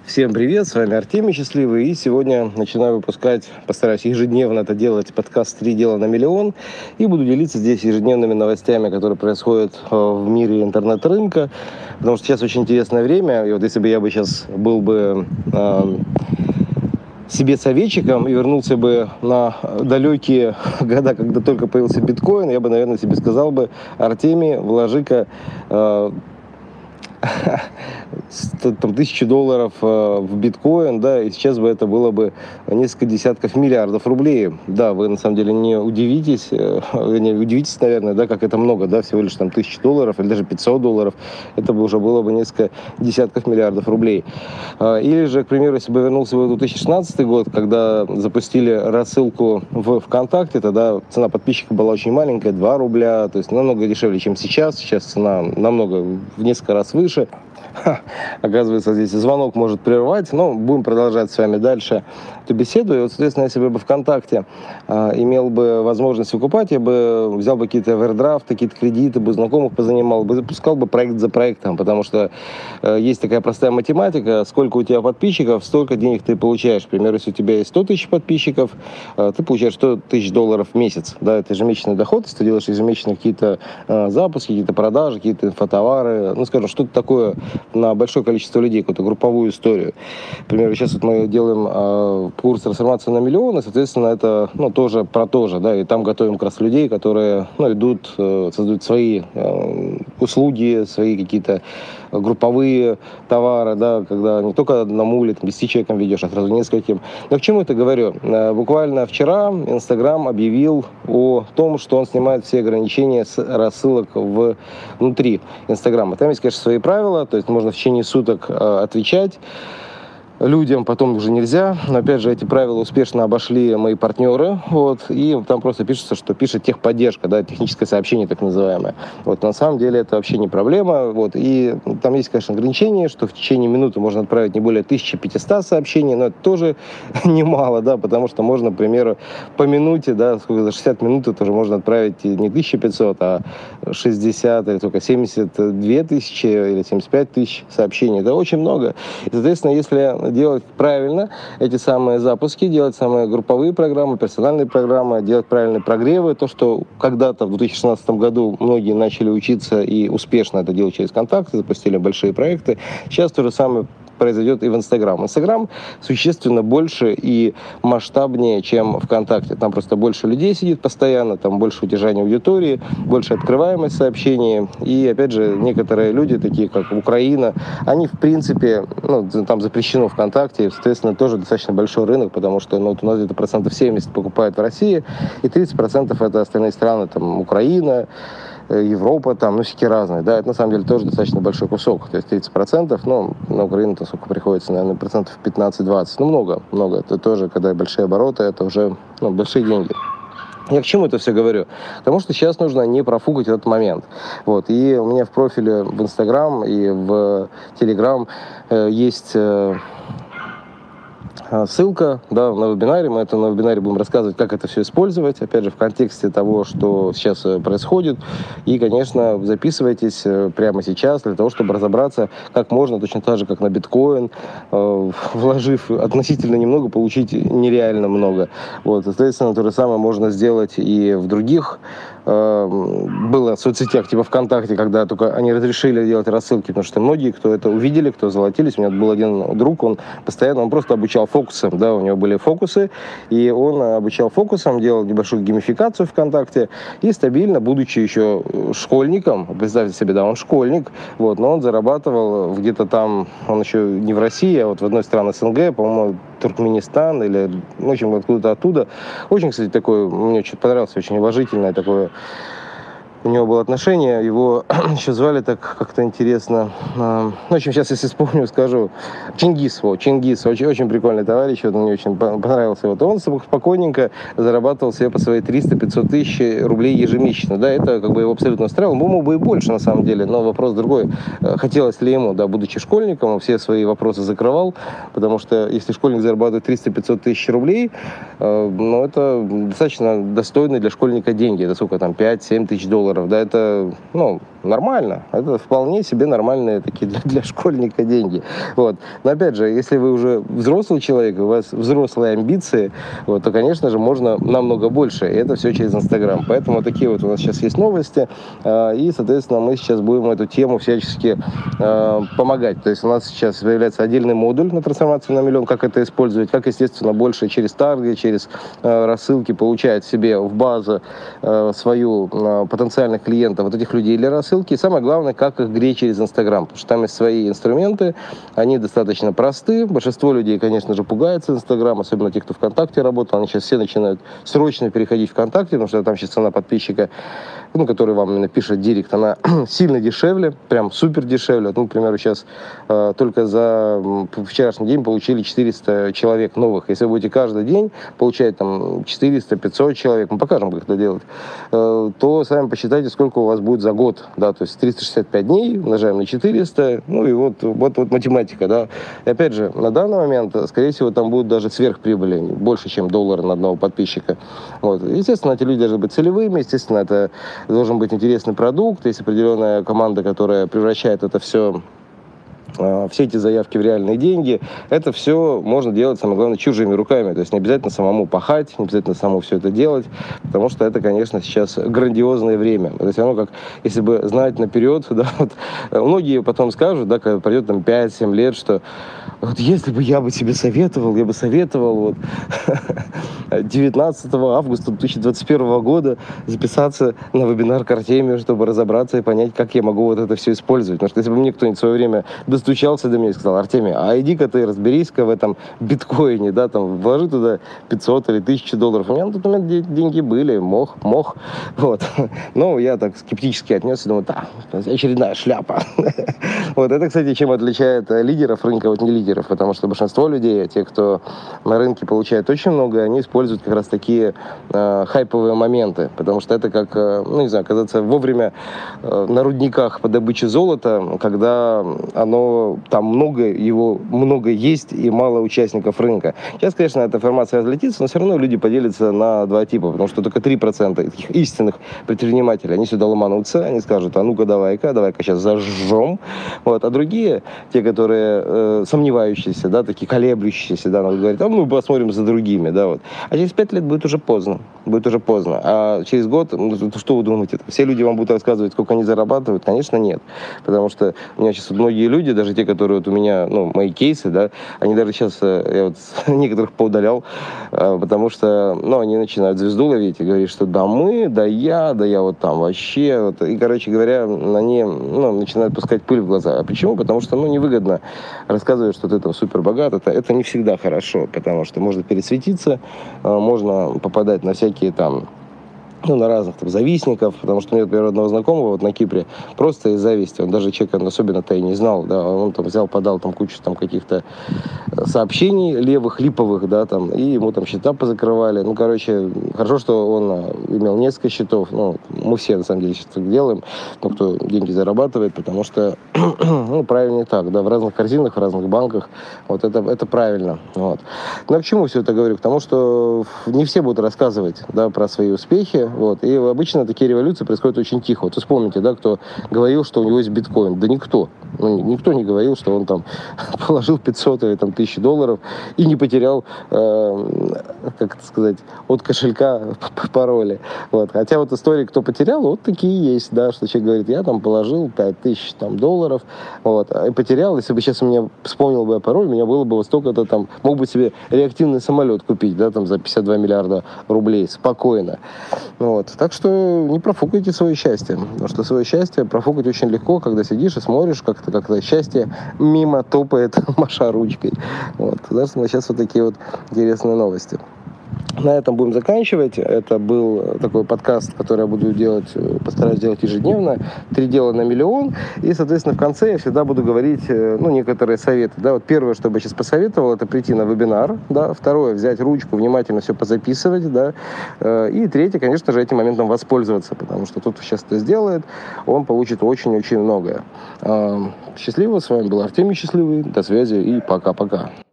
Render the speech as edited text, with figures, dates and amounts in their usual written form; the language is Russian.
Всем привет, с вами Артемий Счастливый, и сегодня начинаю выпускать, постараюсь ежедневно это делать, подкаст «Три дела на миллион», и буду делиться здесь ежедневными новостями, которые происходят в мире интернет-рынка, потому что сейчас очень интересное время, и вот если бы я сейчас был бы себе советчиком и вернулся бы на далекие года, когда только появился биткоин, я бы, наверное, себе сказал бы: Артемий, вложи-ка $1000 в биткоин, да, и сейчас бы это было бы несколько десятков миллиардов рублей. Да, вы на самом деле не удивитесь, наверное, да, как это много, да, всего лишь там $1000 или даже $500, это бы уже было бы несколько десятков миллиардов рублей. Или же, к примеру, если бы вернулся в 2016 год, когда запустили рассылку в ВКонтакте, тогда цена подписчика была очень маленькая, 2 рубля, то есть намного дешевле, чем сейчас. Сейчас цена намного, в несколько раз выше. Оказывается, здесь звонок может прервать, но будем продолжать с вами дальше эту беседу. И вот, соответственно, если бы ВКонтакте имел бы возможность выкупать, я бы взял бы какие-то овердрафты, какие-то кредиты, бы знакомых позанимал, бы запускал бы проект за проектом, потому что есть такая простая математика: сколько у тебя подписчиков, столько денег ты получаешь. К примеру, если у тебя есть 100 тысяч подписчиков, ты получаешь $100 тысяч в месяц. Да, это ежемесячный доход, если ты делаешь ежемесячно какие-то запуски, какие-то продажи, какие-то инфотовары, ну, скажем, что-то такое на большое количество людей, какую-то групповую историю. Например, сейчас вот мы делаем курс «Трансформация на миллион», и, соответственно, это, тоже про то же, да, и там готовим как раз людей, которые, идут, создают свои услуги, свои какие-то групповые товары, да, когда не только одному или 10 человекам ведешь, а сразу нескольким. Но к чему это говорю? Буквально вчера Инстаграм объявил о том, что он снимает все ограничения с рассылок внутри Инстаграма. Там есть, конечно, свои правила, то есть можно в течение суток отвечать людям, потом уже нельзя. Но, опять же, эти правила успешно обошли мои партнеры, и там просто пишется, что пишет техподдержка, да, техническое сообщение так называемое. На самом деле это вообще не проблема, и там есть, конечно, ограничение, что в течение минуты можно отправить не более 1500 сообщений, но это тоже немало, да, потому что можно, к примеру, по минуте, да, за 60 минут это уже можно отправить не 1500, а 60 или только 72 тысячи или 75 тысяч сообщений. Это очень много. И, соответственно, если делать правильно эти самые запуски, делать самые групповые программы, персональные программы, делать правильные прогревы, то, что когда-то в 2016 году многие начали учиться и успешно это делать через контакты, запустили большие проекты, сейчас то же самое произойдет и в Инстаграм. Инстаграм существенно больше и масштабнее, чем ВКонтакте. Там просто больше людей сидит постоянно, там больше удержания аудитории, больше открываемость сообщений. И, опять же, некоторые люди, такие как Украина, они, в принципе, там запрещено ВКонтакте, соответственно, тоже достаточно большой рынок, потому что у нас где-то 70% покупают в России, и 30% это остальные страны, там, Украина, Европа, там, всякие разные, да, это на самом деле тоже достаточно большой кусок, то есть 30%, на Украину-то сколько приходится, наверное, 15-20%, много, это тоже, когда большие обороты, это уже, большие деньги. Я к чему это все говорю? Потому что сейчас нужно не профукать этот момент. И у меня в профиле в Инстаграм и в Телеграм есть ссылка, да, на вебинаре. Мы на вебинаре будем рассказывать, как это все использовать, опять же, в контексте того, что сейчас происходит. И, конечно, записывайтесь прямо сейчас для того, чтобы разобраться, как можно, точно так же, как на биткоин, вложив относительно немного, получить нереально много. Соответственно, то же самое можно сделать и в других было в соцсетях, типа ВКонтакте, когда только они разрешили делать рассылки, потому что многие, кто это увидели, кто золотились. У меня был один друг, он просто обучал фокусам, да, у него были фокусы, и он обучал фокусам, делал небольшую геймификацию ВКонтакте, и стабильно, будучи еще школьником, представьте себе, да, он школьник, но он зарабатывал где-то там, он еще не в России, а в одной стране СНГ, по-моему, Туркменистан или, в общем, откуда-то оттуда. Очень, кстати, такой, мне что-то понравился, очень уважительное такое у него было отношение, его еще звали так как-то интересно. В общем, сейчас, если вспомню, скажу. Чингис, очень прикольный товарищ, мне очень понравился. Он спокойненько зарабатывал себе по своей 300-500 тысяч рублей ежемесячно. Да, это его абсолютно устраивало. Мог бы и больше, на самом деле, но вопрос другой. Хотелось ли ему, да, будучи школьником, он все свои вопросы закрывал, потому что если школьник зарабатывает 300-500 тысяч рублей, это достаточно достойные для школьника деньги. Это сколько там, 5-7 тысяч долларов. Да, это, нормально. Это вполне себе нормальные такие для школьника деньги. Вот. Но опять же, если вы уже взрослый человек, у вас взрослые амбиции, вот, то, конечно же, можно намного больше. И это все через Инстаграм. Поэтому такие вот у нас сейчас есть новости. И, соответственно, мы сейчас будем эту тему всячески помогать. То есть у нас сейчас появляется отдельный модуль на трансформацию на миллион, как это использовать, как, естественно, больше через таргет, через рассылки получать себе в базу свою потенциальных клиентов, вот этих людей или рассылки. И самое главное, как их греть через Инстаграм, потому что там есть свои инструменты, они достаточно просты. Большинство людей, конечно же, пугается Инстаграм, особенно те, кто ВКонтакте работал. Они сейчас все начинают срочно переходить в ВКонтакте, потому что там сейчас цена подписчика, который вам именно пишет директ, она сильно дешевле, прям супер дешевле. Ну, к примеру, сейчас только за вчерашний день получили 400 человек новых. Если вы будете каждый день получать там 400-500 человек, мы покажем, как это делать, то сами посчитайте, сколько у вас будет за год, да, то есть 365 дней умножаем на 400, ну и вот математика, да. И опять же, на данный момент, скорее всего, там будут даже сверхприбыли, больше, чем $1 на одного подписчика. Вот. Естественно, эти люди должны быть целевыми, естественно, это должен быть интересный продукт, есть определенная команда, которая превращает это все эти заявки в реальные деньги. Это все можно делать, самое главное, чужими руками. То есть не обязательно самому пахать, не обязательно самому все это делать, потому что это, конечно, сейчас грандиозное время. Это все равно, как если бы знать наперед, да, вот, многие потом скажут, да, когда пройдет там 5-7 лет, что вот если бы я бы тебе советовал, я бы советовал вот 19 августа 2021 года записаться на вебинар к Артемию, чтобы разобраться и понять, как я могу вот это все использовать. Потому что если бы мне кто-нибудь в свое время достучался до меня и сказал: Артемий, а иди-ка ты разберись-ка в этом биткоине, да, там, вложи туда 500 или 1000 долларов. У меня на тот момент деньги были, мох, вот. Но я так скептически отнесся, думаю, да, очередная шляпа. Вот это, кстати, чем отличает лидеров рынка от нелидеров, потому что большинство людей, те, кто на рынке получает очень много, они используют как раз такие хайповые моменты, потому что это как, ну, не знаю, оказаться вовремя на рудниках по добыче золота, когда оно там много есть и мало участников рынка. Сейчас, конечно, эта информация разлетится, но все равно люди поделятся на два типа, потому что только 3% таких истинных предпринимателей, они сюда ломанутся, они скажут: а ну-ка давай-ка сейчас зажжем. Вот. А другие, те, которые сомневающиеся, да, такие колеблющиеся, да, надо говорить: а мы посмотрим за другими, да, вот. А через 5 лет будет уже поздно. А через год, ну, что вы думаете? Все люди вам будут рассказывать, сколько они зарабатывают? Конечно, нет. Потому что у меня сейчас многие люди, даже те, которые вот у меня, ну, мои кейсы, да, они даже сейчас, я вот некоторых поудалял, потому что, ну, они начинают звезду ловить и говорить, что да я вот там вообще, вот. И, короче говоря, они, ну, начинают пускать пыль в глаза. А почему? Потому что, ну, невыгодно рассказывать, что ты там супер богат. Это не всегда хорошо, потому что можно пересветиться, можно попадать на всякие там, ну, на разных там завистников, потому что у меня, например, одного знакомого вот на Кипре просто из зависти, он даже человека особенно-то и не знал, да, он там взял, подал там кучу там каких-то сообщений левых, липовых, да, там, и ему там счета позакрывали, ну, короче, хорошо, что он имел несколько счетов, ну, мы все, на самом деле, сейчас так делаем, ну, кто деньги зарабатывает, потому что, ну, правильнее так, да, в разных корзинах, в разных банках, вот это правильно, вот. Но к чему все это говорю? К тому, что не все будут рассказывать, да, про свои успехи. Вот. И обычно такие революции происходят очень тихо. Вот вы вспомните, да, кто говорил, что у него есть биткоин. Да никто. Ну, никто не говорил, что он там положил 500 или там 1000 долларов и не потерял, как это сказать, от кошелька пароли. Вот. Хотя вот истории, кто потерял, вот такие есть, да, что человек говорит: я там положил 5000 там, долларов, вот, и потерял. Если бы сейчас у меня вспомнил бы я пароль, у меня было бы вот столько-то там, мог бы себе реактивный самолет купить, да, там за 52 миллиарда рублей спокойно. Вот. Так что не профукайте свое счастье. Потому что свое счастье профукать очень легко, когда сидишь и смотришь, как-то счастье мимо топает, маша ручкой. Вот. Потому что сейчас вот такие вот интересные новости. На этом будем заканчивать. Это был такой подкаст, который я буду делать, постараюсь делать ежедневно. 3 дела на миллион. И, соответственно, в конце я всегда буду говорить, ну, некоторые советы. Да, вот первое, что бы я сейчас посоветовал, это прийти на вебинар. Да. Второе, взять ручку, внимательно все позаписывать. Да. И третье, конечно же, этим моментом воспользоваться. Потому что тот, кто сейчас это сделает, он получит очень-очень многое. Счастливо. С вами был Артемий Счастливый. До связи и пока-пока.